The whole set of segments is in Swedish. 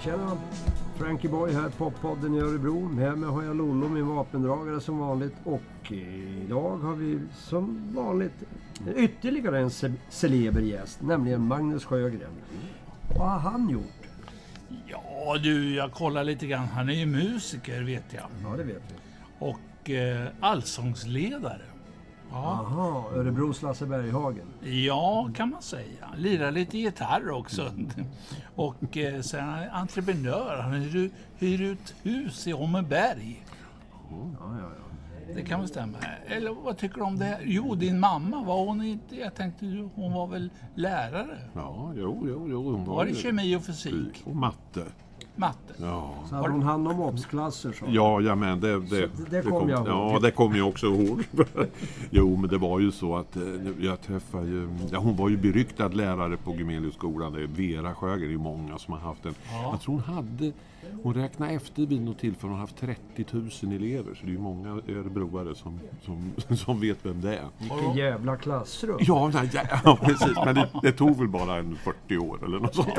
Tjena, Frankie Boy här, poppodden i Örebro. Med mig har jag Lollo, min vapendragare som vanligt. Och idag har vi som vanligt ytterligare en celeber gäst, nämligen Magnus Sjögren. Vad har han gjort? Ja du, jag kollar lite grann. Han är ju musiker, vet jag. Ja, det vet vi. Och allsångsledare. Ja. Aha, Örebros Lasse Berghagen. Ja, kan man säga. Lirar lite gitarr också. Och sen är han entreprenör. Han hyr ut hus i Åmmeberg. Ja. Det kan väl stämma. Eller vad tycker du om det? Jo, din mamma, var hon inte... Jag tänkte, hon var väl lärare? Ja, jo. Hon var det kemi och fysik? Och matte. Ja. Så hade hon hand om obsklasser så. Ja, men det kom jag ihåg. Ja, det kom jag också ihåg. Jo, men det var ju så att jag träffade ju... Ja, hon var ju beryktad lärare på Gemeliusskolan. Det är Vera Sjögren, det är många som har haft en. Ja. Jag tror hon räknade efter vid något tillfälle. Hon har haft 30 000 elever. Så det är ju många örebroare som vet vem det är. Vilken jävla klassrum. Ja, precis. Men det tog väl bara 40 år eller något sånt.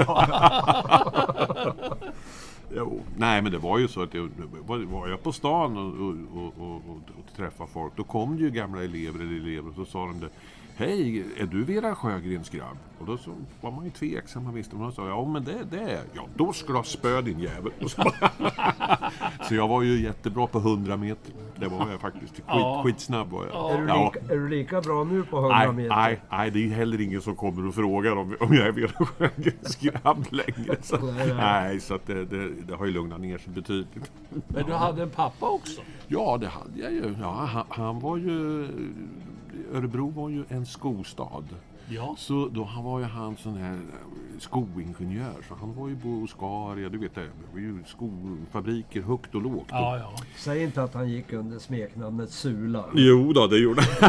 Jo, nej, men det var ju så att var jag på stan och träffade folk, då kom ju gamla elever och så sa de det: hej, är du Vera Sjögrens grabb? Och då så var man ju tveksam, man visste. Man sa, ja men det är jag. Då skulle jag spö din jävel. Så jag var ju jättebra på 100 meter. Det var jag faktiskt. Skitsnabb var jag. Är du lika bra nu på 100 meter? Nej, det är heller ingen som kommer och frågar om jag är Vera Sjögrens grabb längre. Så, nej, så att det har ju lugnat ner sig betydligt. Men du hade en pappa också? Ja, det hade jag ju. Ja, han var ju... Örebro var ju en skostad. Ja. Så då var ju han sån här skoingenjör. Så han var ju på Oscaria, du vet det var ju skofabriker högt och lågt. Ja. Säg inte att han gick under smeknamnet Sulan. Jo då, det gjorde han.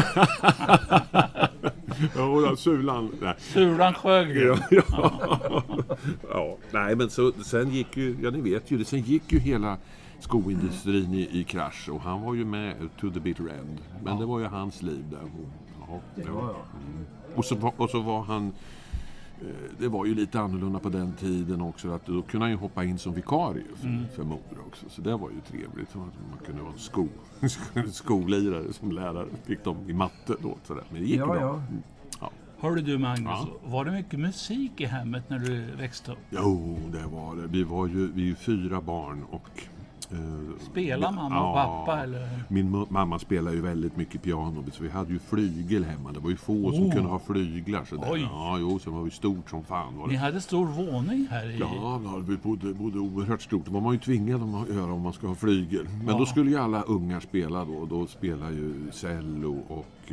Ja, Sulan. Nej. Sulan Sjögren. Ja. Nej, men så sen gick ju, ja ni vet ju det, sen gick ju hela skoindustrin i krasch och han var ju med to the bitter end. Men det var ju hans liv där. Ja. Och så var han, det var ju lite annorlunda på den tiden också, att då kunde han ju hoppa in som vikarie för mor också. Så det var ju trevligt. Man kunde vara skolirare som lärare. Fick de i matte då. Sådär. Men det gick bra. Ja. Hörde du Magnus, var det mycket musik i hemmet när du växte upp? Jo, det var det. Vi är 4 barn och... Spelar mamma och pappa eller? Min mamma spelar ju väldigt mycket piano, så vi hade ju flygel hemma. Det var ju få som kunde ha flyglar så där. Ja, så var vi stort som fan. Ni hade stor våning här i? Ja, vi bodde oerhört stort. Det var man ju tvingad att göra om man ska ha flygel. Men då skulle ju alla ungar spela då. Då spelar ju cello och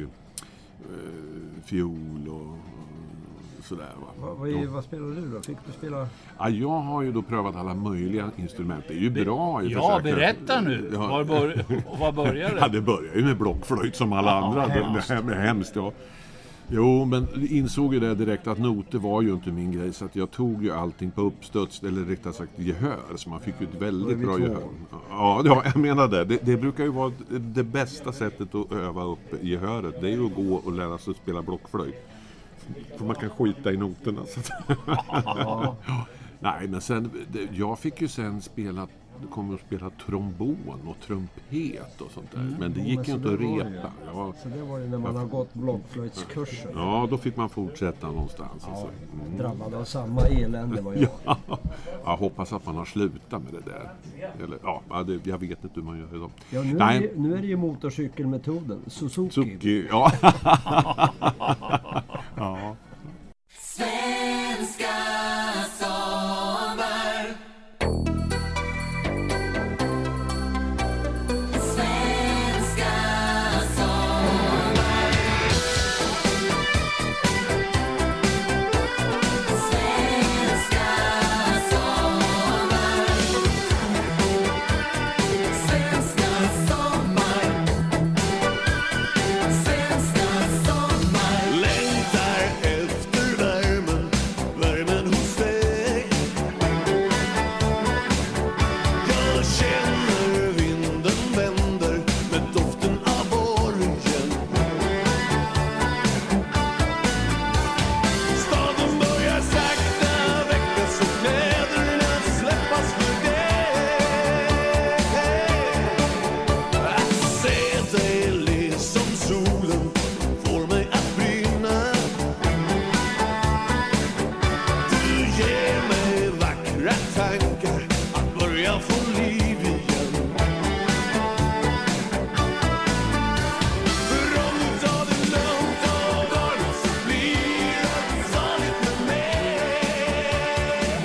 fiol och sådär, va? Vad spelar du då? Fick du spela? Ja, jag har ju då prövat alla möjliga instrument. Det är ju bra. Berätta nu. Var började det? Ja, det började ju med blockflöjt som alla andra. Det är hemskt, ja. Jo, men insåg ju det direkt att noter var ju inte min grej. Så att jag tog ju allting på uppstöts, eller rättare sagt gehör. Så man fick ju ett väldigt bra gehör. Ja, jag menar det. Det brukar ju vara det bästa sättet att öva upp gehöret. Det är ju att gå och lära sig att spela blockflöjt. För man kan skita i noterna. Så att nej, men sen, jag fick ju sen spela trombon och trumpet och sånt där. Men det gick ju inte att repa. Så det var ju när man har gått blockflöjtskursen. Ja, då fick man fortsätta någonstans. Ja, drabbad av samma elände var jag. Jag hoppas att man har slutat med det där. Eller, jag vet inte hur man gör idag. Ja, nu är det ju motorcykelmetoden. Suzuki. Ja. Svenska sommar. Svenska sommar. Svenska sommar. Svenska sommar. Svenska sommar. Längtar efter liv igen. För om du tar det lugnt och varmt så blir det saligt med mig.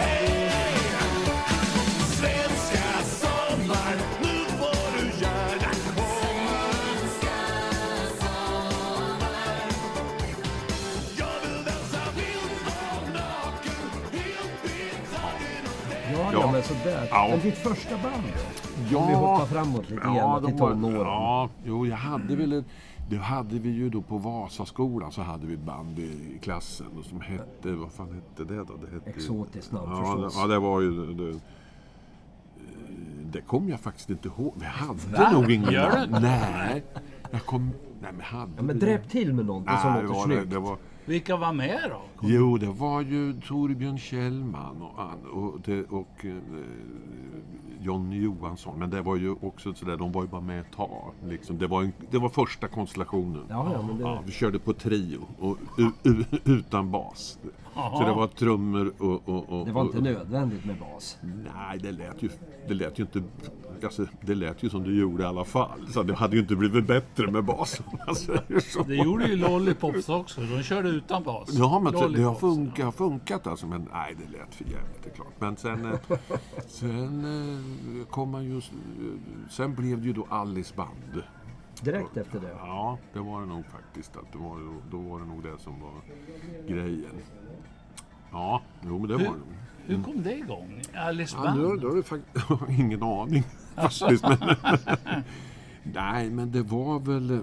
Svenska sommar, nu får du gärna komma. Jag vill dansa vilt och naken, helt betagen och Ja, men sådär. Ja. Men ditt första band då? Om vi hoppar framåt lite grann till tonåren. Ja, jo, jag hade väl det hade vi ju då på Vasaskolan, så hade vi ett band i klassen och som hette, vad fan hette det då? Det hette, Exotiskt namn ja, förstås. ja, det var ju det kom jag faktiskt inte ihåg. Vi hade nog ingen. Gör det inte? Nej. Men hade Ja, men vi- dräpp till med någonting som Nej, låter snyggt. det var Vilka var med då? Jo, det var ju Torbjörn Kjellman och Johnny Johansson. Men det var ju också sådär, de var ju bara med ett tag. Liksom. Det var första konstellationen. Ja, men det... Ja, vi körde på trio och utan bas. Så det var trummor och Det var inte nödvändigt med bas. Nej, det lät ju inte... Alltså, det lät ju som det gjorde i alla fall. Så det hade ju inte blivit bättre med basen. Alltså, Det gjorde ju Lollipops också. De körde utan bas. Ja, men det har Lollipops, funkat alltså. Men nej, det lät för jävligt, det är klart. Men sen kom man ju... Sen blev det ju då Alice band. Direkt efter det. Ja, det var det nog faktiskt. Att då var det nog det som var grejen. Ja, jo, men det var det. Hur kom det igång? Alice Ja, Band? då har du faktiskt ingen aning. Faktiskt, men, nej, men det var väl...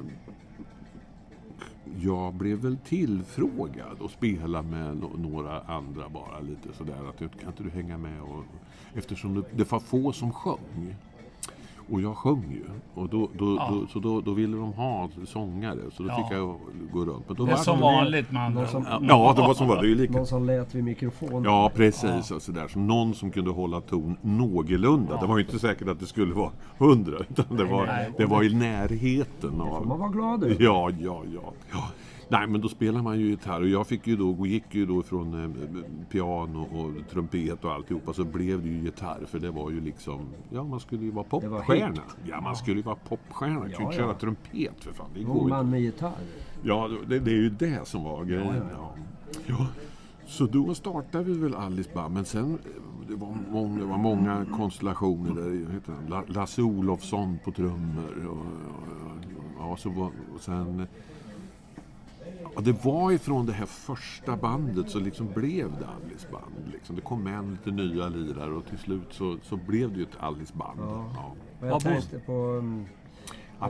Jag blev väl tillfrågad att spela med några andra bara lite sådär. Att kan inte du hänga med? Och, eftersom det var få som sjöng. Och jag sjöng ju. Och då ville de ha sångare. Så då fick jag gå runt. Men då Det är var som vanligt man. Någon som, Ja, det var som var det. Är ju lika. någon som lät vid mikrofonen. Ja, precis. Och så där. Så någon som kunde hålla ton någorlunda. Det var ju inte säkert att det skulle vara 100. Utan det var i närheten Får av... man vara glad över. Ja. Nej, men då spelar man ju gitarr. Och jag gick ju då från piano och trumpet och alltihopa. Så blev det ju gitarr. För det var ju liksom... Ja, man skulle ju vara Det var popstjärna. hit. Ja, man skulle ju vara popstjärna. Man kunde inte köra trumpet för fan. Det går Ung ju. man med gitarr. Ja, det är ju det som var grejen. Ja. Så då startade vi väl Alice band, men sen det var många konstellationer där, heter han, Lasse Olofsson på trummor och sen det var ifrån det här första bandet så liksom blev det Alice band liksom. Det kom med lite nya lirare och till slut så blev det ju ett Alice band. Ja. Och jag tänkte på... Ja,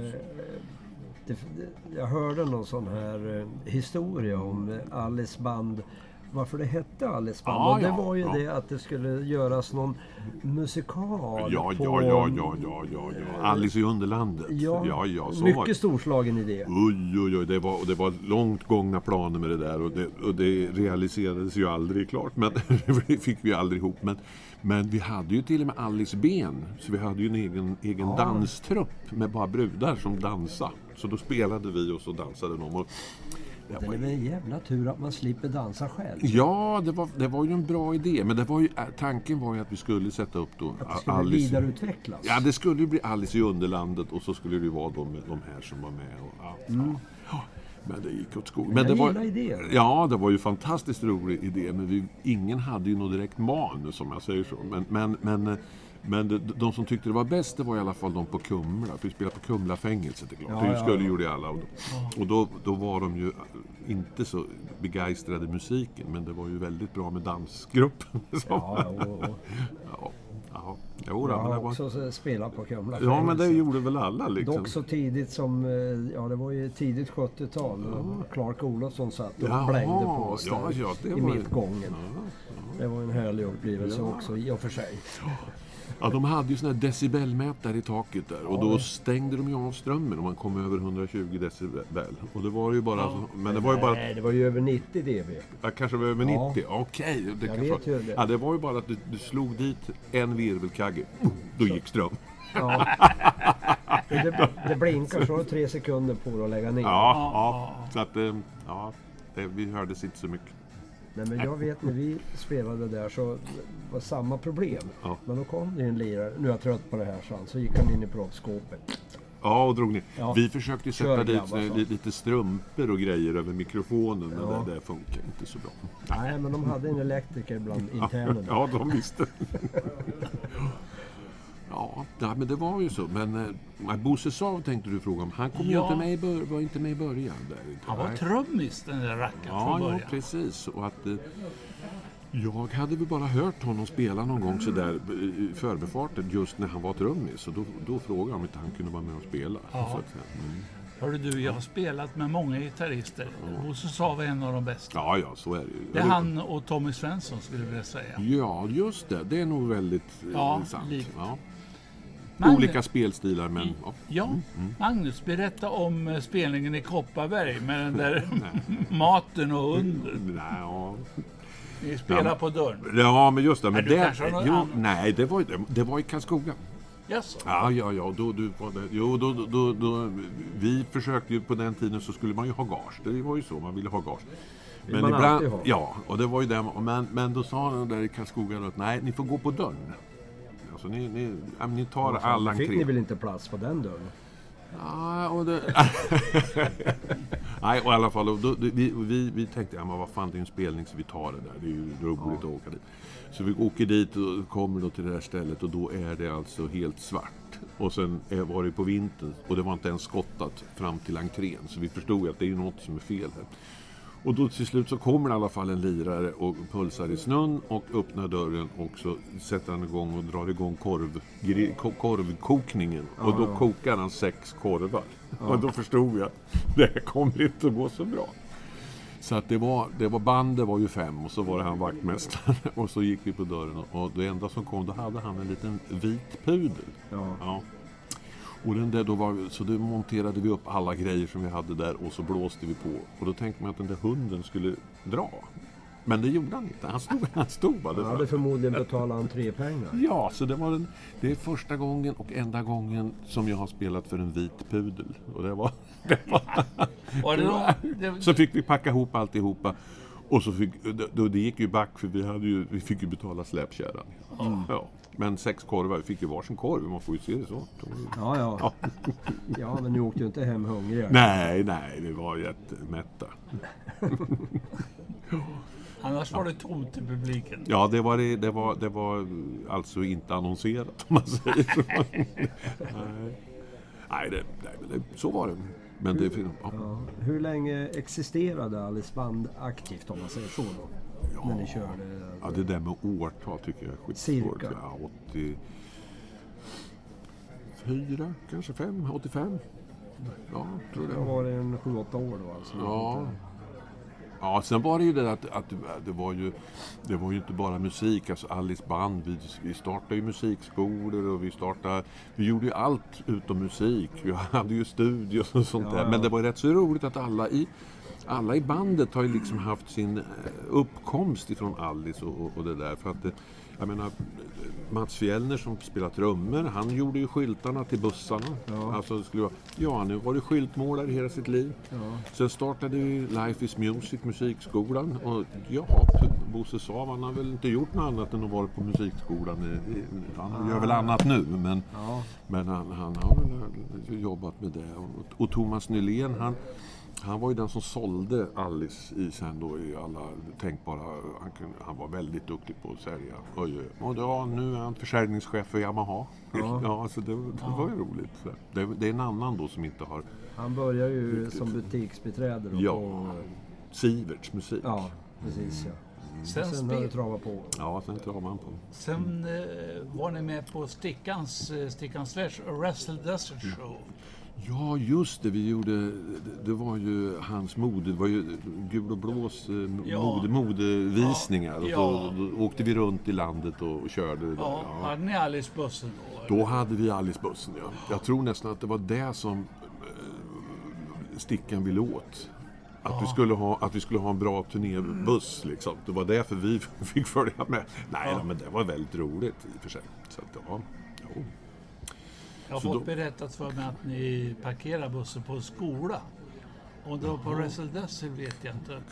jag hörde någon sån här historia om Alice band. Varför det hette Alice band. Ja, och det ja, var ju ja. det att det skulle göras någon musikal Ja. Alice i Underlandet. Ja, så var mycket det. storslagen idé. Oj, det var långt gångna planer med det där och det realiserades ju aldrig klart, men det fick vi aldrig ihop. Men vi hade ju till och med Alice ben, så vi hade ju en egen danstrupp med bara brudar som dansade. Så då spelade vi och så dansade de. Och Det är väl en jävla tur att man slipper dansa själv. ja, det var ju en bra idé, men tanken var ju att vi skulle sätta upp då Att det skulle vidareutvecklas. Ja, det skulle ju bli Alice i Underlandet och så skulle det ju vara de här som var med. Ja. Men det gick åt skogen. Jag gillar idén. Ja, det var ju fantastiskt rolig idé, men ingen hade ju något direkt manus, som jag säger så. Men de som tyckte det var bäst, det var i alla fall de på Kumla. För vi spelade på Kumlafängelset, det är klart. Det skulle gjorde alla. Och då var de ju inte så begeistrade musiken, men det var ju väldigt bra med dansgruppen. Jo, Jag men det har var... också spelat på Kumla. Ja, men det gjorde väl alla liksom. Dock så tidigt som, det var ju tidigt 70-tal. Clark Olofsson satt och Jaha, blängde på oss ja, där det i var- mittgången. Det var en härlig upplevelse också i och för sig. Ja, de hade ju såna här decibelmätare i taket där och då stängde de ju av strömmen om man kom över 120 decibel. Och det var ju bara men det var ju bara Nej, det var ju över 90 dB. kanske över 90. Okej, det Jag kanske vet ju det. Ja, det var ju bara att du slog dit en virvelkagge. Då gick ström. Ja. Det blinkar så 3 sekunder på att lägga ner. Ja. Så att vi hördes inte så mycket. Nej, men jag vet när vi spelade där så var samma problem. Ja. Men då kom det en lirare, nu är jag trött på det här, så gick han in i proffsskåpet. Ja, och drog ner. Ja. Vi försökte ju Kör sätta dit grabbar, så. lite strumpor och grejer över mikrofonen, men Ja. det funkar inte så bra. Nej, men de hade en elektriker bland internerna. Ja, de visste. Ja, men det var ju så. Men Bosse Sav tänkte du fråga om. Han kom ju Ja. inte med var inte med i början. Där, inte. Han var Nej. trummis, den där rackaren, från Ja, början. precis. Och att, jag hade väl bara hört honom spela någon gång så där i förbifarten just när han var trummis. Och då frågade jag om inte han kunde vara med och spela. Ja. Så att säga. Hörru du, jag har spelat med många gitarrister. Bosse Sav var en av de bästa. Ja, så är det ju. Det är han och Tommy Svensson, skulle jag vilja säga. Ja, just det. Det är nog väldigt Ja, sant. likt. Ja. Magnus- Olika spelstilar, men... Ja. Ja, Magnus, berätta om spelningen i Kopparberg med den där maten och hunden. Nej, ja. Ni spelar på dörren. Ja, men just det. Men du kanske har någon annan? nej, det var i Karlskoga. Jaså? Ja, då, vi försökte ju på den tiden så skulle man ju ha gage. Det var ju så, man ville ha gage. Men man alltid ha. ja, och det var ju det. Men då sa han där i Karlskoga att nej, ni får gå på dörren. Alltså ni tar alla Fick ni entré. väl inte plats på den dörren? Ja, och det... Nej, och i alla fall, vi tänkte, ja men vad fan, det är en spelning så vi tar det där. Det är ju roligt att åka dit. Så vi åker dit och kommer då till det här stället och då är det alltså helt svart. Och sen var det på vintern och det var inte ens skottat fram till entrén. Så vi förstod ju att det är något som är fel här. Och då till slut så kommer i alla fall en lirare och pulsar i snön och öppnar dörren och så sätter han igång och drar igång korvkokningen. Och då kokar han 6 korvar. Och då förstod jag att det här kommer inte att gå så bra. Så att det var bandet var ju 5 och så var det han vaktmästaren och så gick vi på dörren och det enda som kom, då hade han en liten vit pudel. Ja. Och den där så då monterade vi upp alla grejer som vi hade där och så blåste vi på. Och då tänkte man att den där hunden skulle dra. Men det gjorde han inte. Han stod bara där. Han hade förmodligen betalat entrépengar. Ja, så det är första gången och enda gången som jag har spelat för en vit pudel. Och det var Var det så fick vi packa ihop alltihopa. Och så det gick ju back för vi fick ju betala släpkärran. Ja. Men 6 korvar, vi fick ju varsin korv, man får ju se det så. Ja. Ja, men ni åkte ju inte hem hungriga. Nej, vi var jättemätta. Annars var det tomt i publiken. Ja, det var alltså inte annonserat om man säger så. Nej, så var det. Men det Ja. Hur länge existerade Alice Band aktivt, om man säger så då? När ni körde? Ja, det där med årtal tycker jag är skitsvårt. Cirka? Ja, 84, kanske 5, 85. Ja, tror Då det. var det en 7-8 år då alltså? Ja. Ja, sen var det ju det att det var ju inte bara musik, alltså Alice Band, vi startade ju musikskolor och vi gjorde ju allt utom musik. Vi hade ju studios och sånt där, men det var rätt så roligt att alla i bandet har ju liksom haft sin uppkomst ifrån Alice och det där, för att jag menar, Mats Fjällner som spelar trummor, han gjorde ju skyltarna till bussarna. Alltså det skulle vara, han var det skyltmålare hela sitt liv. Sen startade ju Life is Music, musikskolan. Och Bosse Sav, han har väl inte gjort något annat än att vara på musikskolan. Han gör väl annat nu, men han har väl jobbat med det. Och Thomas Nylén, han var ju den som sålde Alice i sen då i alla tänkbara... Han var väldigt duktig på att sälja. Och nu är han försäljningschef för Yamaha. Ja, så det var ju roligt. Så det är en annan då som inte har... Han började ju som butiksbiträde då på... Siverts musik. Ja, precis ja. Sen har det travat på. Ja, sen travar man på. Sen var ni med på Stickans Wrestle Desert Show. Ja, just det. Vi gjorde... Det var ju hans mode. Det var ju Gul och blås modevisningar. Och så då åkte vi runt i landet och körde det där. Ja, hade ni Alice-bussen då? Då hade vi Alice-bussen, ja. Jag tror nästan att det var det som Stickan ville åt. Att vi skulle ha en bra turnébuss liksom. Det var därför vi fick följa med. Nej, men det var väldigt roligt i och för sig. Så att, Jag har fått berättat för mig att ni parkerar bussen på en skola. Och då på Wrestle Desert vet jag inte.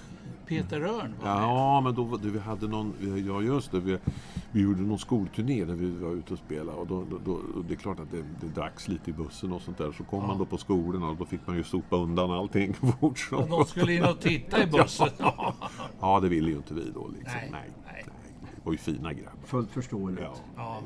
Peter Örn var med. Ja, men då vi hade någon, ja just det, vi gjorde någon skolturné där vi var ute och spelade och då det är klart att det dracks lite i bussen och sånt där, så kom man då på skolorna och då fick man ju sopa undan allting fort som. Och de skulle in och titta i bussen. Ja, det ville ju inte vi då liksom. Nej. Det var ju fina grabbar. Fullt förståeligt. Ja. Ja.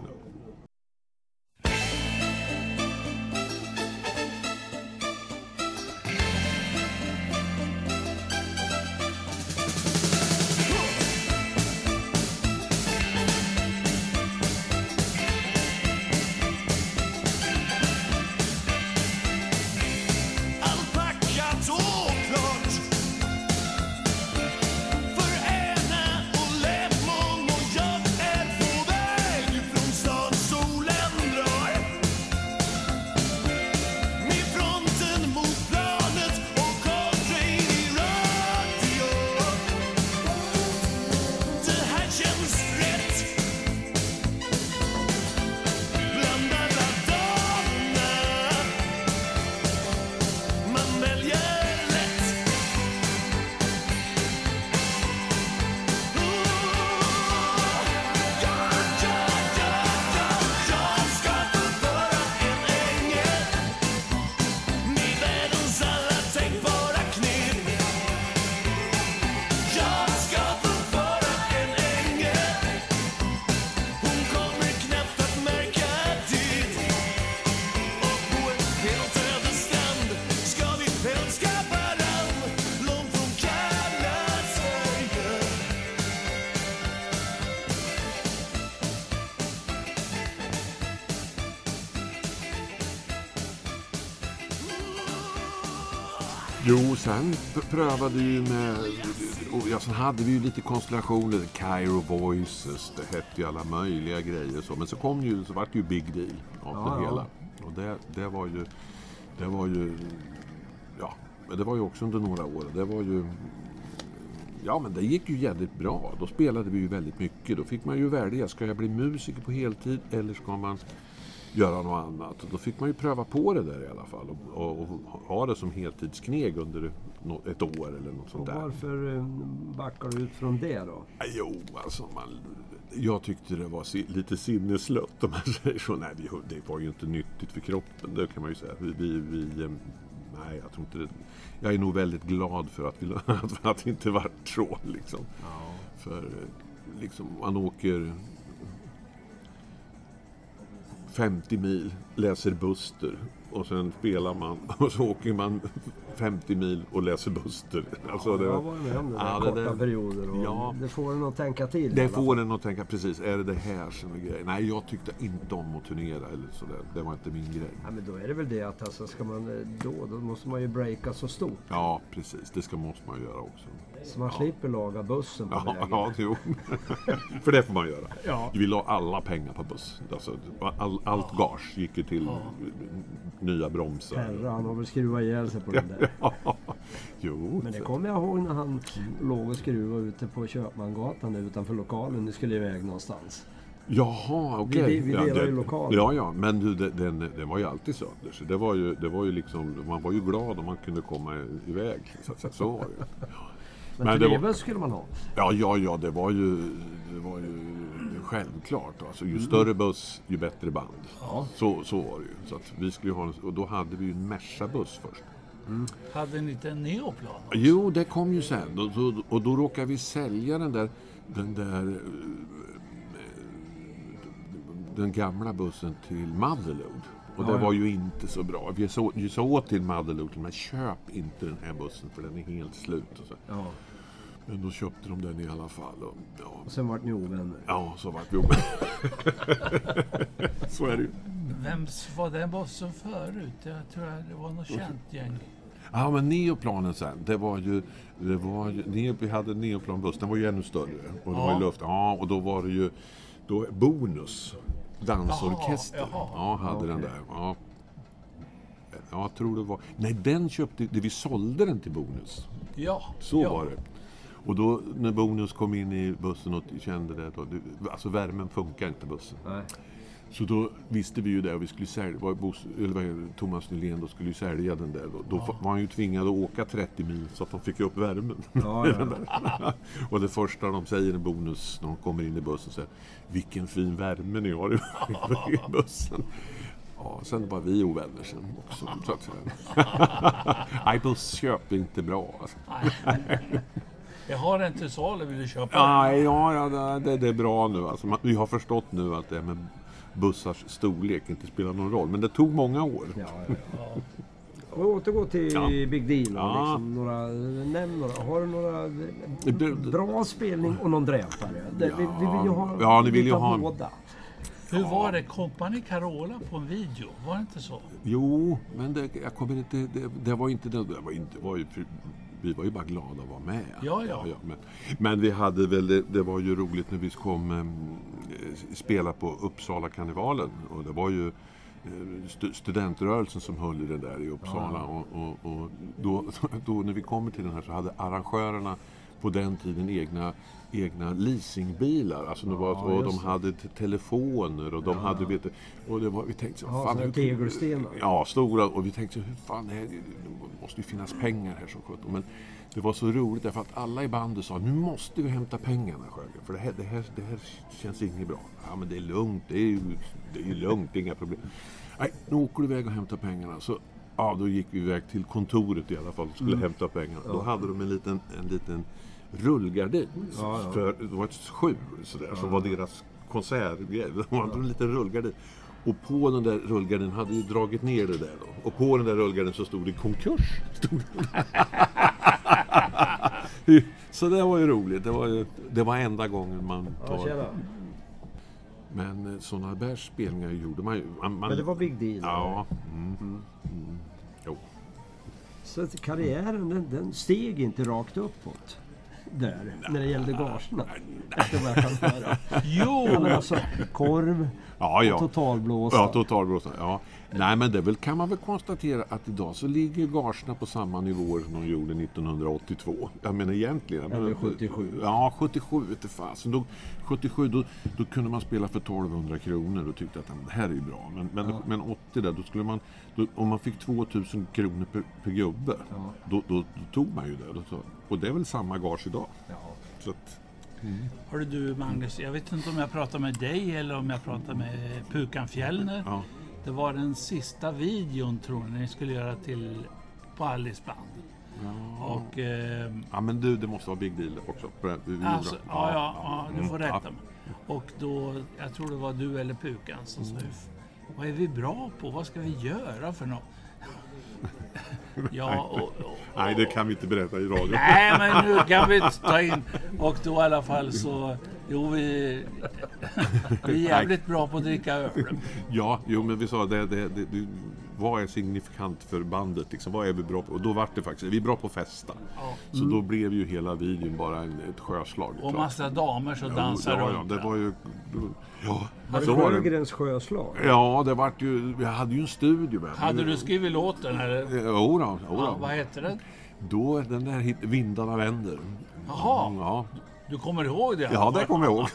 Allt packat och klart för Ärna och Lemon, och jag är på väg från stan solen drar. Med fronten mot planet och Coltrane i radio. Det här känns rätt bland alla dagarna. Man väljer lätt. Jag ska förföra en ängel med världens alla tänkbara knep. Jag ska förföra en ängel. Hon kommer knappt att märka det. Och på en helt öde strand ska vi älska varann, långt från kalla sorger. Jo, sen prövade vi ju med, och ja, sen hade vi ju lite konstellationer, Cairo Voices, det hette ju alla möjliga grejer och så, men så vart det ju Big Deal av det hela. Och det var ju, ja, men det var ju också under några år, det var ju, ja men det gick ju jävligt bra, då spelade vi ju väldigt mycket, då fick man ju välja, ska jag bli musiker på heltid eller ska man göra något annat. Då fick man ju pröva på det där i alla fall och ha det som heltidskneg under ett år eller något sånt Och där. varför backar du ut från det då? Jo, alltså jag tyckte det var lite sinneslött om man säger så. Nej, det var ju inte nyttigt för kroppen, det kan man ju säga. Nej, jag tror inte det. Jag är nog väldigt glad för att det inte var så liksom. Ja. För liksom man åker 50 mil, läser Buster och sen spelar man och så åker man 50 mil och läser Buster. Alltså det, jag var med om det där korta perioder och ja, det får en att tänka till. det får en att tänka, precis, är det här som är grejen? Nej, jag tyckte inte om att turnera eller sådär. Det var inte min grej. Ja, men då är det väl det att alltså, ska man då måste man ju breaka så stort. Ja, precis. Det måste man göra också. Så man slipper laga bussen på vägen. Ja, jo. För det får man göra. Ja. Vi la alla pengar på buss. Alltså, allt gage gick ju till nya bromsar. Herre, han har väl skruvat ihjäl sig på den där. Jo. Men det kommer jag ihåg när han låg och skruvade ute på Köpmangatan utanför lokalen. Ni skulle iväg någonstans. Jaha, okej. Vi delar ju lokal. Ja, men den var ju alltid sönder. Så det var ju liksom, man var ju glad om man kunde komma iväg. Så var det. Men turnébuss skulle man ha. Ja, det var ju självklart. Alltså, ju större buss, ju bättre band. Ja. Så var det ju. Så att vi skulle ha, och då hade vi ju en Merca-buss först. Hade ni inte en neoplan också? Jo, det kom ju sen. Och då råkade vi sälja den gamla bussen till Motherload. Och det var ju inte så bra. Vi sa åt till Motherload, men köp inte den här bussen för den är helt slut. Och så. Ja. Men då köpte de den i alla fall. Och, ja. Och sen vart ni ovänner. Ja, så vart vi ovänner. Så är det ju. Vem var den bussen förut? Jag tror att det var något känt gäng. Ja, men neoplanen sen, det var ju vi hade en neoplanbuss, den var ju ännu större. Och det var ju luft. Ja, och då var det ju Bonus dansorkester. Ja, hade den där. Ja. Jag tror det var. Nej, den köpte vi sålde den till Bonus. Ja. Så var det. Och då när Bonus kom in i bussen och kände det då, alltså värmen funkar inte i bussen. Nej. Så då visste vi ju det och vi skulle sälja, Thomas Nylén då skulle ju sälja den där. Då var han ju tvingad att åka 30 mil så att de fick upp värmen. Ja. Och det första de säger i bonus när de kommer in i bussen säger vilken fin värme ni har i bussen. Ja, sen var vi ovänner sen också. Så att säga. Nej, bussköp är inte bra. Alltså. Jag har den till salu, vill du köpa Nej, det är bra nu. Alltså, vi har förstått nu att det med bussars storlek inte spelar någon roll. Men det tog många år. Ja. Och återgå till Big Deal. Ja. Liksom, nämn några. Har du några bra spelning och någon dräpare? Vi vill ju ha Ja, ni vill ju lite av ha- båda. Hur var det? Kompani Carola på en video? Var det inte så? Jo, men jag kommer inte... Det var inte det. Vi var ju bara glada att vara med. Ja. Men vi hade väl... Det var ju roligt när vi kom spela på Uppsala karnevalen. Och det var ju studentrörelsen som höll i det där i Uppsala. Och då när vi kommer till den här så hade arrangörerna på den tiden egna leasingbilar. Alltså och de hade telefoner och de hade och det var, vi tänkte fan, tegelstenar. Ja, stora, och vi tänkte hur fan det måste ju finnas pengar här som sjutton. Men det var så roligt därför att alla i bandet sa nu måste vi hämta pengarna, Sjögren, för det här känns inget bra. Ja, men det är lugnt, det är ju lugnt, inga problem. Nej, nu åker du iväg och hämtar pengarna. Så då gick vi iväg till kontoret i alla fall och skulle hämta pengarna. Då hade de en liten rullgardin. För det var ett skjul sådär, som var deras konsertgrej. De hade en liten rullgardin. Och på den där rullgardinen hade ju dragit ner det där då. Och på den där rullgardinen så stod det konkurs. Så det var ju roligt. Det var enda gången man tar... Men sådana där spelningar gjorde man ju... Men det var Big Deal. Ja. Jo. Så att karriären den steg inte rakt uppåt där när det gällde gagerna. Efter vad jag kan höra. Jo! Men alltså, korv och totalblåsa. Ja, totalblåsa. Ja. Nej, men det kan man väl konstatera att idag så ligger gagerna på samma nivåer som de gjorde 1982. Jag menar egentligen. Eller 77. Ja, 77 vet du fan. Så då, 77 då kunde man spela för 1200 kronor och tyckte att det här är ju bra. Men 80 där, då skulle man... om man fick 2000 kronor per gubbe, då tog man ju det. Och det är väl samma gage idag. Ja. Så att, Hörru du Magnus, jag vet inte om jag pratar med dig eller om jag pratar med Pukan Fjällner. Ja. Det var den sista videon tror jag ni skulle göra på Alice band. Ja. Och, ja, men det måste vara Big Deal också. alltså, ja, du får rätta mig. Och då, jag tror det var du eller Pukan som sa, vad är vi bra på? Vad ska vi göra för något? Nej, det kan vi inte berätta i radio. Nej, men nu kan vi ta in. Och då i alla fall så... vi är jävligt bra på att dricka öl. Ja, men vi sa det vad är signifikant för bandet liksom, vad är vi bra på? Och då var det faktiskt, vi är bra på att festa. Så då blev ju hela videon bara ett sjöslag. Och massa damer som dansar runt. Ja, det var ju... Ja, Var det Sjögrens sjöslag? Ja, det var ju... Vi hade ju en studio med. Hade du skrivit låten eller? Jo då. Vad heter den? Då, den där Vindarna vänder. Jaha. Ja. Du kommer ihåg det? Ja, det kommer jag ihåg.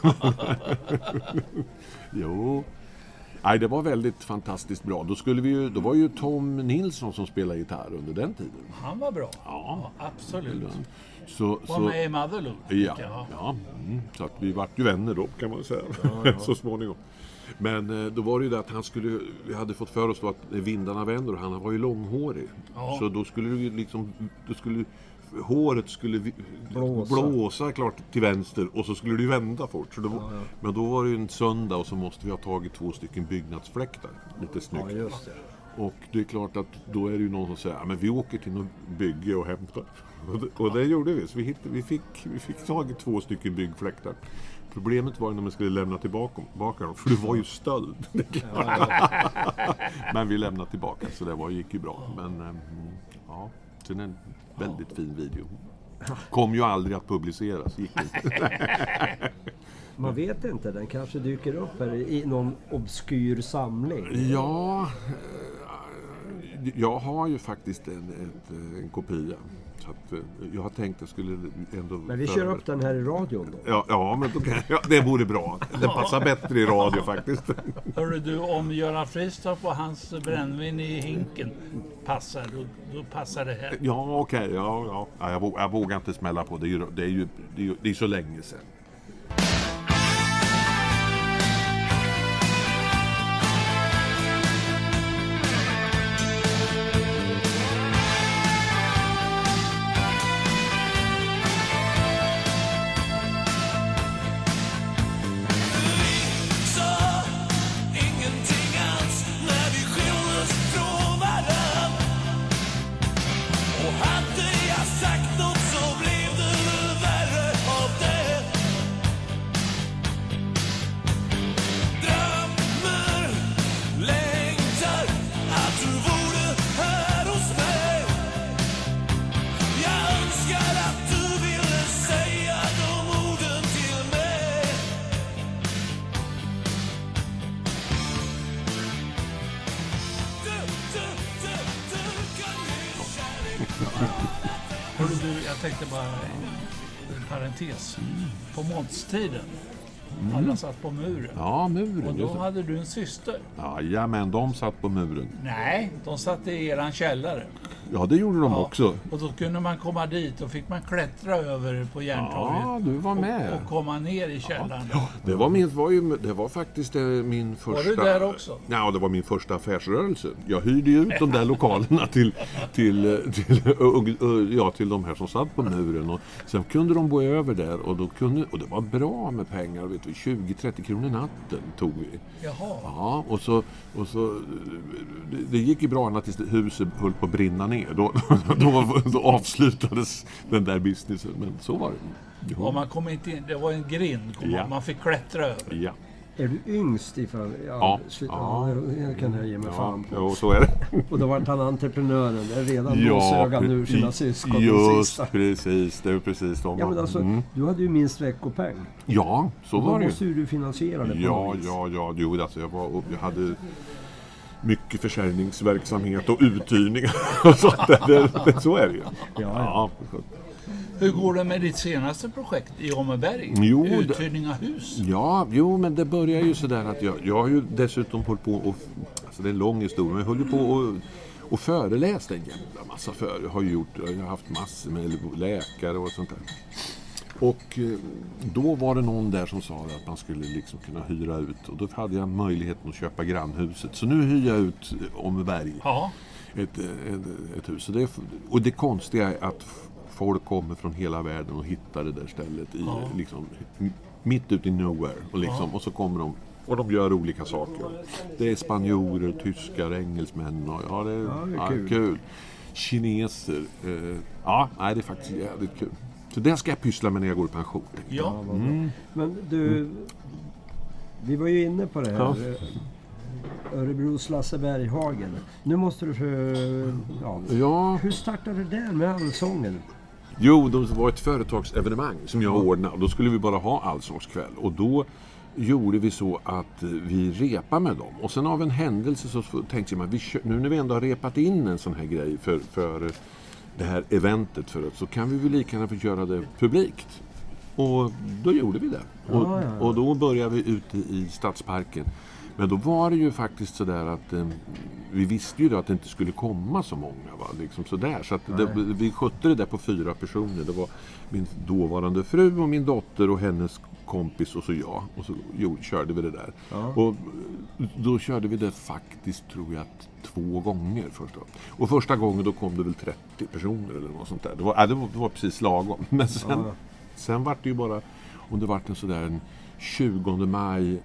Jo. Nej, det var väldigt fantastiskt bra. Då var ju Tom Nilsson som spelade gitarr under den tiden. Han var bra. Ja, absolut. Var med i Motherload. Ja. Så att vi vart ju vänner då, kan man säga. Så småningom. Men då var det ju det att vi hade fått för oss då att Vindarna vänder och han var ju långhårig. Ja. Så då skulle det liksom... håret skulle blåsa klart till vänster och så skulle det ju vända fort. Så men då var det ju en söndag och så måste vi ha tagit 2 stycken byggnadsfläktar. Lite snyggt. Ja, just det. Och det är klart att då är det ju någon som säger men vi åker till någon bygge och hämtar. Och det gjorde vi. Så vi fick tagit 2 stycken byggfläktar. Problemet var ju när man skulle lämna tillbaka dem, för det var ju stöld. Men vi lämnade tillbaka så det gick ju bra. Men ja, sen en väldigt fin video. Kom ju aldrig att publiceras, gick inte. Man vet inte, den kanske dyker upp här i någon obskyr samling. Ja, jag har ju faktiskt en kopia. Så att, jag har tänkt att jag skulle ändå... Men vi kör upp den här i radion då. Ja, men då det vore bra. Den passar bättre i radio faktiskt. Hörru du, om Göran Fristorp och hans brännvin i hinken passar, då passar det här. Ja, okej. Ja. Jag vågar inte smälla på. Det är så länge sedan. Sa ingenting alls när vi skildes från varann. Och hade jag sagt något så blev det värre av det. Drömmer, längtar att du vore här hos mig. Jag önskar att du ville säga de orden till mig. Du kan ge kärlek. Hörru du, jag tänkte bara en parentes. På Måns-tiden, alla satt på muren. Ja, muren. Och då just det. hade du en syster. Ja, men de satt på muren. Nej, de satt i eran källare. Ja, det gjorde de också. Och då kunde man komma dit och fick man klättra över på Järntorget. Ja, du var med. Och komma ner i källaren. Det var faktiskt min första... Var du där också? Ja, det var min första affärsrörelse. Jag hyrde ju ut de där lokalerna till de här som satt på muren. Och sen kunde de gå över där och det var bra med pengar. Vet du, 20-30 kronor natten tog vi. Jaha. Ja, och så det gick ju bra när tills huset höll på att brinna ner. Då avslutades den där businessen. Men så var det. Jo. Och man kom inte in, det var en grind. Ja. Man fick klättra över. Ja. Är du yngst ifall... Ja. Jag kan jag ge mig fan på. Jo, så är det. Och då var han entreprenören. Det är redan då sög han ur sina syskon. Den Just sista. precis, det är precis de. Ja, men alltså, du hade ju minst veckopeng. Ja, så Och var då det måste ju. ju du finansiera det på något vis. Jo, alltså jag hade mycket försäljningsverksamhet och uthyrning. Så, så är det ju. Ja. Hur går det med ditt senaste projekt i Åmmeberg? Jo, Uthyrning av hus. Ja, men det börjar ju sådär att jag har ju dessutom hållit på och... Alltså det är en lång historia, men jag höll ju på och föreläste en jävla massa jag har haft massor med läkare och sånt där. Och då var det någon där som sa att man skulle liksom kunna hyra ut. Och då hade jag möjligheten att köpa grannhuset. Så nu hyr jag ut Åmmeberg Ja. ett hus. Och det konstiga är att folk kommer från hela världen och hittar det där stället liksom, mitt ute i nowhere. Och så kommer de och de gör olika saker. Det är spanjorer, tyskar, engelsmän. Och, det är kul. Kineser. Det är faktiskt jävligt kul. Så det ska jag pyssla med när jag går i pension. Ja. Men du, vi var ju inne på det här. Örebros Lasse Berghagen. Nu måste du hur startade det där med allsången? Jo, det var ett företagsevenemang som jag ordnade. Och då skulle vi bara ha allsångskväll. Och då gjorde vi så att vi repade med dem. Och sen av en händelse så tänkte jag, nu när vi ändå har repat in en sån här grej för det här eventet förut, så kan vi väl lika gärna få göra det publikt. Och då gjorde vi det. Och då började vi ute i Stadsparken. Men då var det ju faktiskt sådär att vi visste ju då att det inte skulle komma så många. Va? Liksom sådär. Så att vi skötte det där på 4 personer. Det var min dåvarande fru och min dotter och hennes kompis och så jag. Och så körde vi det där. Ja. Och då körde vi det faktiskt, tror jag, 2 gånger första. Och första gången då kom det väl 30 personer eller något sånt där. Det var precis lagom. Men sen var det ju bara, om det var en sådär en 20 maj,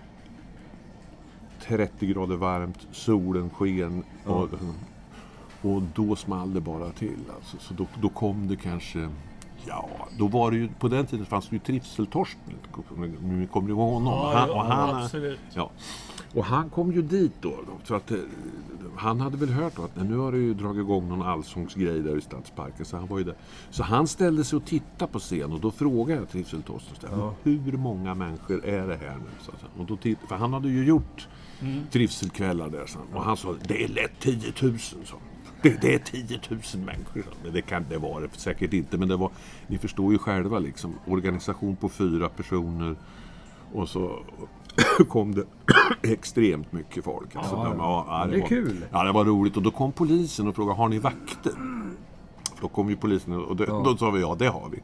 30 grader varmt, solen sken och då small det bara till. Alltså. Så då kom det kanske, då var det ju, på den tiden fanns det ju Trivseltorsten, nu kommer det ihåg honom. Absolut. Ja. Och han kom ju dit då så att han hade väl hört då att nu har det ju dragit igång någon allsångsgrej där i Stadsparken, så han var ju där. Så han ställde sig och tittade på scen och då frågade jag Trivseltorsten hur många människor är det här nu? Så och då för han hade ju gjort trivselkvällar där, och han sa, det är lätt 10 000, så. Det är 10 000 människor. Men det var det säkert inte. Men det var, ni förstår ju själva liksom, organisation på 4 personer. Och så kom det extremt mycket folk. Alltså, det är kul. Ja, det var roligt. Och då kom polisen och frågade, har ni vakter? Då kom ju polisen och då sa vi, ja det har vi.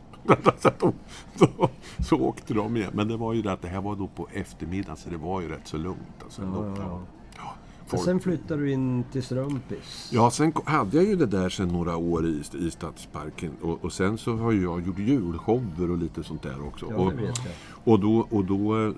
så åkte de igen. Men det var ju det att det här var då på eftermiddagen, så det var ju rätt så lugnt. Alltså, Och sen flyttade du in till Strömpis. Ja, sen hade jag ju det där sen några år i Stadsparken. Och sen så har jag gjort julshower och lite sånt där också. Ja, det vet jag. Och då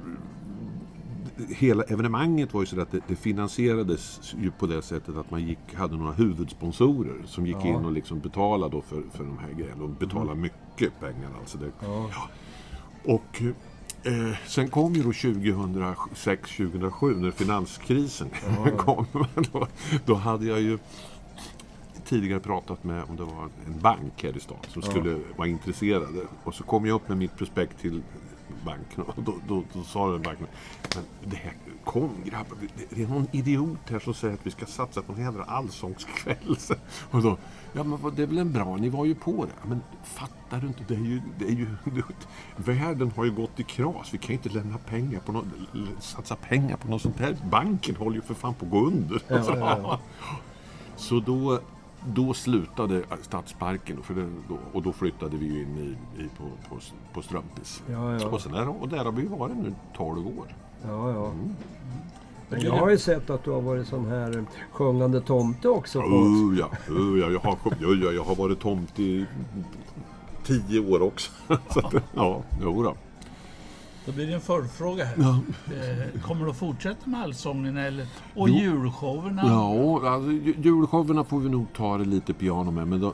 hela evenemanget var ju så att det finansierades ju på det sättet att man hade några huvudsponsorer som gick in och liksom betalade då för de här grejerna. Och betalade mycket pengar alltså. Och sen kom ju då 2006-2007 när finanskrisen kom. Då hade jag ju tidigare pratat med, om det var en bank här i stan som skulle vara intresserade. Och så kom jag upp med mitt prospekt till banken och då sa den banken, men det här, kom grabbar, det är någon idiot här som säger att vi ska satsa på en jävla allsångskväll. Och då, ja men det är väl en bra, ni var ju på det. Men fattar du inte, det är ju världen har ju gått i kras, vi kan inte lämna pengar på satsa pengar på något sånt här. Banken håller ju för fan på att gå under. Så då slutade Stadsparken och då flyttade vi in på Strömpis. Och där har vi varit nu 12 år. Men jag har ju sett att du har varit sån här sjungande tomte också. Jag har varit tomte i 10 år också. Så att, då. Då blir det en förfråga här. Kommer du att fortsätta med allsången eller? Och julshowerna? Ja, alltså, julshowerna får vi nog ta det lite piano med.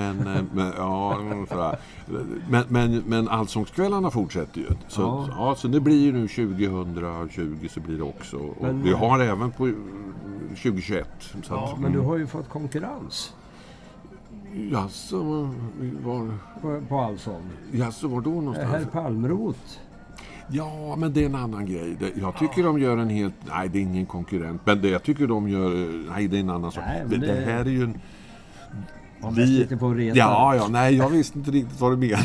Men allsångskvällarna fortsätter ju. Så det blir ju nu 2020 så blir det också. Och vi har även på 2021. Så att, men du har ju fått konkurrens. Jaså, var... På allsång. Jaså, var då någonstans? Herr Palmroth. Ja, men det är en annan grej. Jag tycker de gör en helt... Nej, det är ingen konkurrent. Men det jag tycker de gör... Nej, det är en annan sak. Det här är ju en... Lite på reta. Ja, nej, jag visste inte riktigt vad du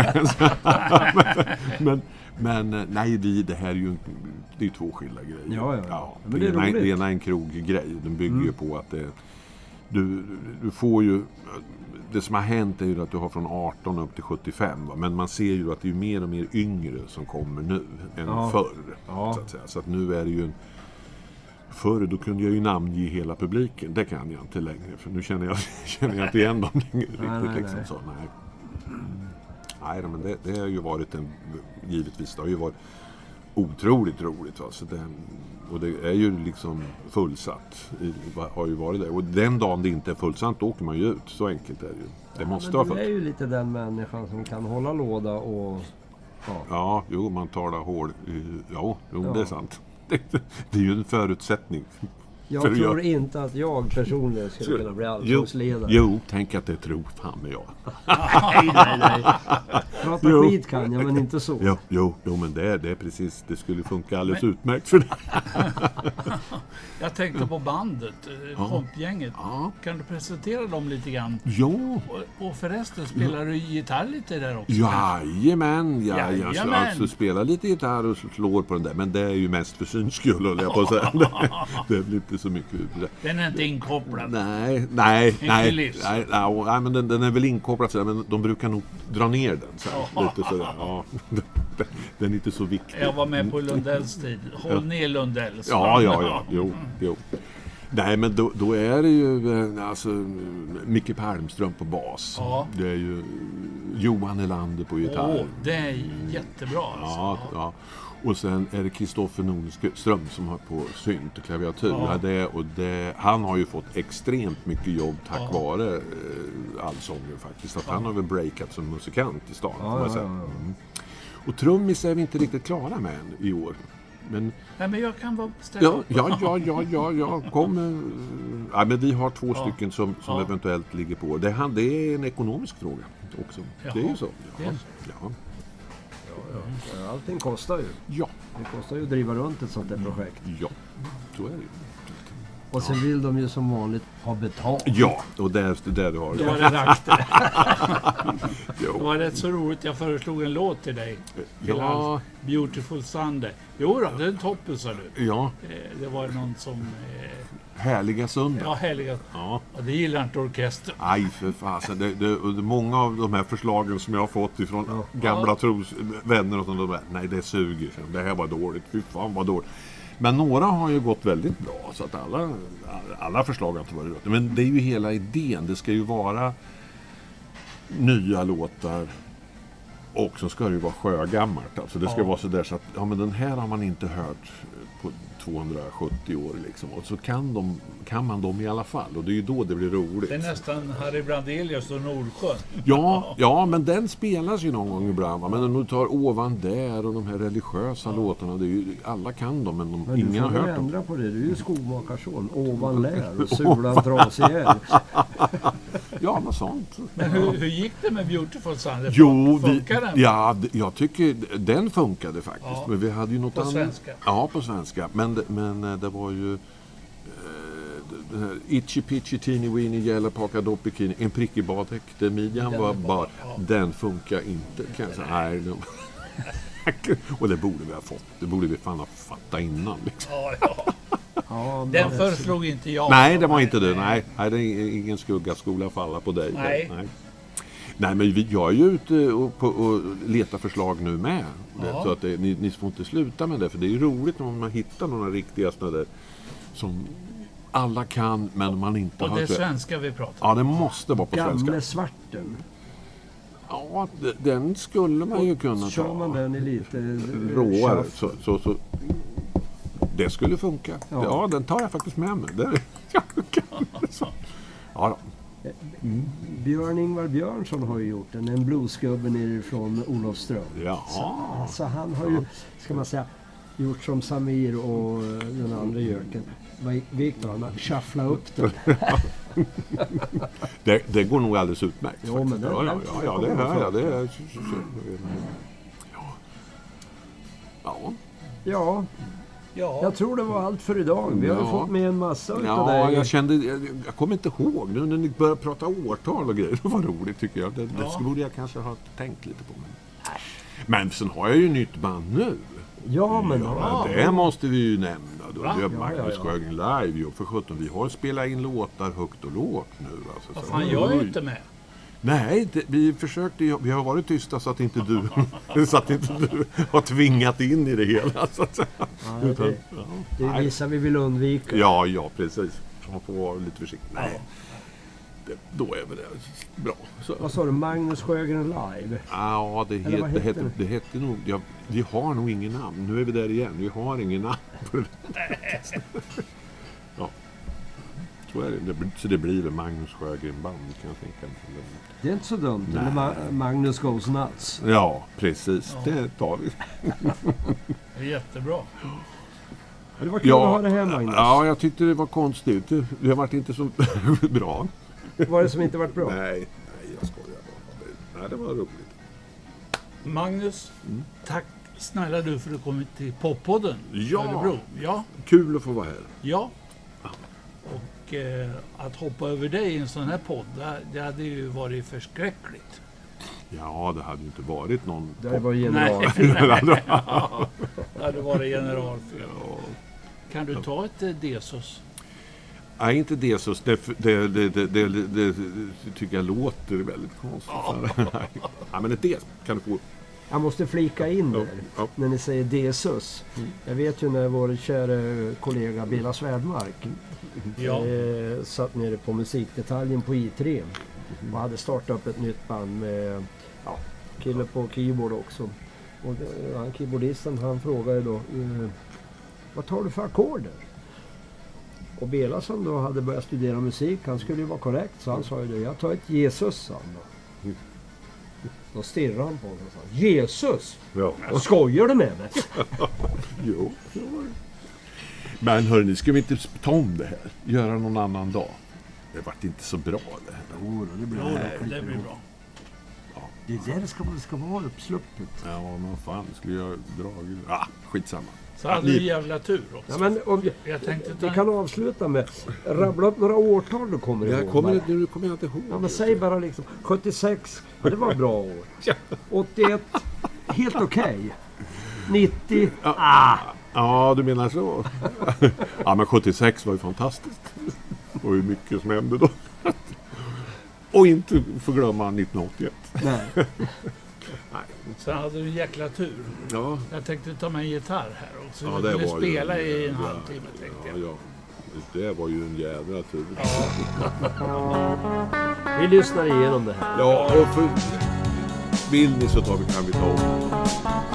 menar. men nej, det här är ju det är 2 skilda grejer. Ja. Men det är det ena är en kroggrej. Den bygger ju på att du får ju... Det som har hänt är ju att du har från 18 upp till 75. Va? Men man ser ju att det är mer och mer yngre som kommer nu än förr. Så att säga. Så att nu är det ju förr då kunde jag ju namnge hela publiken. Det kan jag inte längre. För nu känner jag inte igen dem riktigt. Liksom. Så, nej, men det har ju varit givetvis, det har ju varit otroligt roligt. Va? Så och det är ju liksom fullsatt. Har ju varit det. Och den dagen det inte är fullsatt åker man ju ut. Så enkelt är det ju. Det måste vara fullt. Du är ju lite den människan som kan hålla låda och... Ja, man talar hård. Det är sant. Det är ju en förutsättning. Jag tror inte att jag personligen skulle kunna bli allsångsledare. Jo, tänk att det tror fan med jag. Nej. Prata skit kan jag, men inte så. Jo, men det är precis. Det skulle funka alldeles utmärkt för det. Jag tänkte på bandet, kompgänget. Kan du presentera dem lite grann? Jo. Och förresten, spelar du gitarr lite där också? Jajamän. Jag alltså, spelar lite gitarr och slår på den där. Men det är ju mest för syns skull, håller jag på att säga. Det blir inte så mycket. Den är inte inkopplad? Nej, men den är väl inkopplad, men de brukar nog dra ner den så här, lite sådär. Ja. Den är inte så viktig. Jag var med på Lundells tid. Håll ner Lundells. Ja. Jo. Nej, men då är det ju alltså Micke Palmström på bas. Det är ju Johan Elander på gitarr. Det är jättebra alltså. Ja. Och sen är det Kristoffer Nordström som har på synt och klaviatur. Han har ju fått extremt mycket jobb tack vare allsången faktiskt. Att han har väl breakat som musikant i stan. Och trummis är vi inte riktigt klara med än i år. Men jag kan vara ställa upp. Ja. Men vi har 2 stycken som eventuellt ligger på. Det är en ekonomisk fråga också. Det är ju så. Ja. Allting kostar ju. Ja. Det kostar ju att driva runt ett sånt där projekt. Ja, så är det ju. Och sen vill de ju som vanligt ha betalt. Ja, och där du har Då var det. det rakter. Det Jo. var rätt så roligt. Jag föreslog en låt till dig. Till Ja. hans Beautiful Sunday. Jo då, det är toppen, sa du. Ja, Det var någon som... härliga söndag. Ja, härliga. Ja. Ja, det gillar inte orkestern. Aj för fasen. Det många av de här förslagen som jag har fått ifrån gamla vänner och sånt, de bara, nej det suger. Det här var dåligt. Fy fan vad dåligt. Men några har ju gått väldigt bra, så att alla förslag har inte varit rätt. Men det är ju hela idén. Det ska ju vara nya låtar och så ska det ju vara sjögammalt. Alltså det ska vara så där så att ja, men den här har man inte hört på 270 år liksom. Och så kan man dem i alla fall. Och det är ju då det blir roligt. Det är nästan Harry Brandelius och Nordsjön. Ja, men den spelas ju någon gång ibland. Va? Men om du tar Ovan där och de här religiösa låtarna, det är ju, alla kan dem, men Men ingen du har får hört ju dem. ändra på det. Du är ju skomakarson. Ovan lär och sulan trasig ihjäl. Ja, något sånt. Men hur gick det med Beautiful Sunday? Jo, Funkar den? jag tycker den funkade faktiskt. Ja. Men vi hade ju något På annat. svenska? Ja, på svenska. Men det var ju den här Itchy Pitchy Teeny Weeny Yellow Polka Dot Bikini, en prickig baddräkt, midjan Den var är bara, bara, ja. den funkar inte kan jag säga. Nej, och det borde vi ha fått. Det borde vi fan ha fattat innan liksom. Ja. Ja, men Den föreslog inte jag. Nej, det var inte det. Nej, det är ingen skuggaskola falla på dig. Nej. Nej, men jag är ju ute och letar förslag nu med. Ja. Så att ni får inte sluta med det. För det är ju roligt om man hittar några riktiga sådana där som alla kan, men man inte Och har... det är svenska vi pratar om. Ja, det måste vara på Gamle svenska. svarten. Ja, den skulle man ju kunna Kör man ta. den i lite Råare. shuffle. Så det skulle funka. Ja. Ja, den tar jag faktiskt med mig. Ja då. Björn-Ingvar Björnsson har ju gjort den. En bluesgubbe nerifrån Olofström. Ja. Så han har ju, ska man säga, gjort som Samir och den andra göken. Viktor, han har shufflat upp den. Det går nog alldeles utmärkt. Jo, men faktiskt. det- ja, det hör jag. Det är... Ja. Ja, Ja, jag tror det var allt för idag. Vi har ju Ja. fått med en massa utav Ja, dig. jag kommer inte ihåg nu när ni börjar prata årtal och grejer. Det var roligt tycker jag. Det borde jag kanske ha tänkt lite på. Men sen har jag ju nytt band nu. Ja, men Det måste vi ju nämna. Då. Va? Det är Ja, Magnus ja. Sjögren live. Jo, för 17. Vi har spelat in låtar högt och lågt nu. Alltså, vad så- fan, jag är ju inte med. Nej, vi försökte. Vi har varit tysta så att inte du har tvingat in i det hela. Så att säga. Utan- det är vissa vi vill undvika. Ja, precis. Man får vara lite försiktig. Nej, då är väl det bra. Så. Vad sa du? Magnus Sjögren live? Ja, Eller vad heter det hette nog... Ja, vi har nog ingen namn. Nu är vi där igen. Vi har ingen namn. Ja. Så är det. Så det blir väl Magnus Sjögren band kan jag tänka mig. Det är inte så dumt. Nej. Eller Magnus Goes Nuts. Ja, precis. Det tar vi. Det är jättebra. Det var kul att ha det här, Magnus. Ja, jag tyckte det var konstigt. Det har varit inte så bra. Vad var det som inte varit bra? Nej, jag skojar bara. Nej, det var roligt. Magnus, tack snälla du för att du kommit till Poppodden. Ja. Örebro. Ja. Kul att få vara här. Ja. Och att hoppa över dig i en sån här podd, det hade ju varit förskräckligt. Ja, det hade ju inte varit någon... Det var general. Nej, det hade varit generalfel. Kan du ta ett Desos? Nej, inte det så. Det tycker jag låter väldigt konstigt. Ja, men det kan du få. Jag måste flika in där Ja. när ni säger Desus. Jag vet ju när vår kära kollega Bela Svärdmark Ja. satt nere på musikdetaljen på I3 och hade startat upp ett nytt band med kille på keyboard också. Och han keyboardisten, han frågade då vad tar du för ackorder? Och Bela som då hade börjat studera musik, han skulle ju vara korrekt, så han sa ju det, jag tar ett Jesus, sa han då. Då stirrade han på honom och sa, Jesus! Ja. Och skojar du med mig? Jo. Men hörni, ska vi inte ta om det här? Göra någon annan dag? Det vart inte så bra det här. Jo, det blir Jo, det blir bra. Det är där det ska vara uppsluppet. Ja, men fan, skulle jag dragit... Skitsamma. Så hade du jävla tur också. Ja, men om Jag tänkte vi kan avsluta med rabbla upp några årtal du kommer ihåg. Nu kommer jag inte ihåg. Ja, men säg bara liksom 76, det var bra år. 81, helt okej. 90, Ja, du menar så. Ja, men 76 var ju fantastiskt. Det var ju mycket som hände då. Och inte få glömma 1981. nej. Sen hade du en jäkla tur. Ja, Jag tänkte ta med en gitarr här också. ja Jag det ville var spela ju... i en halvtimme tänkte jag. Ja. Det var ju en jävla tur. Vi lyssnar igenom det här. Ja, och för... Vill ni så kan vi ta om det.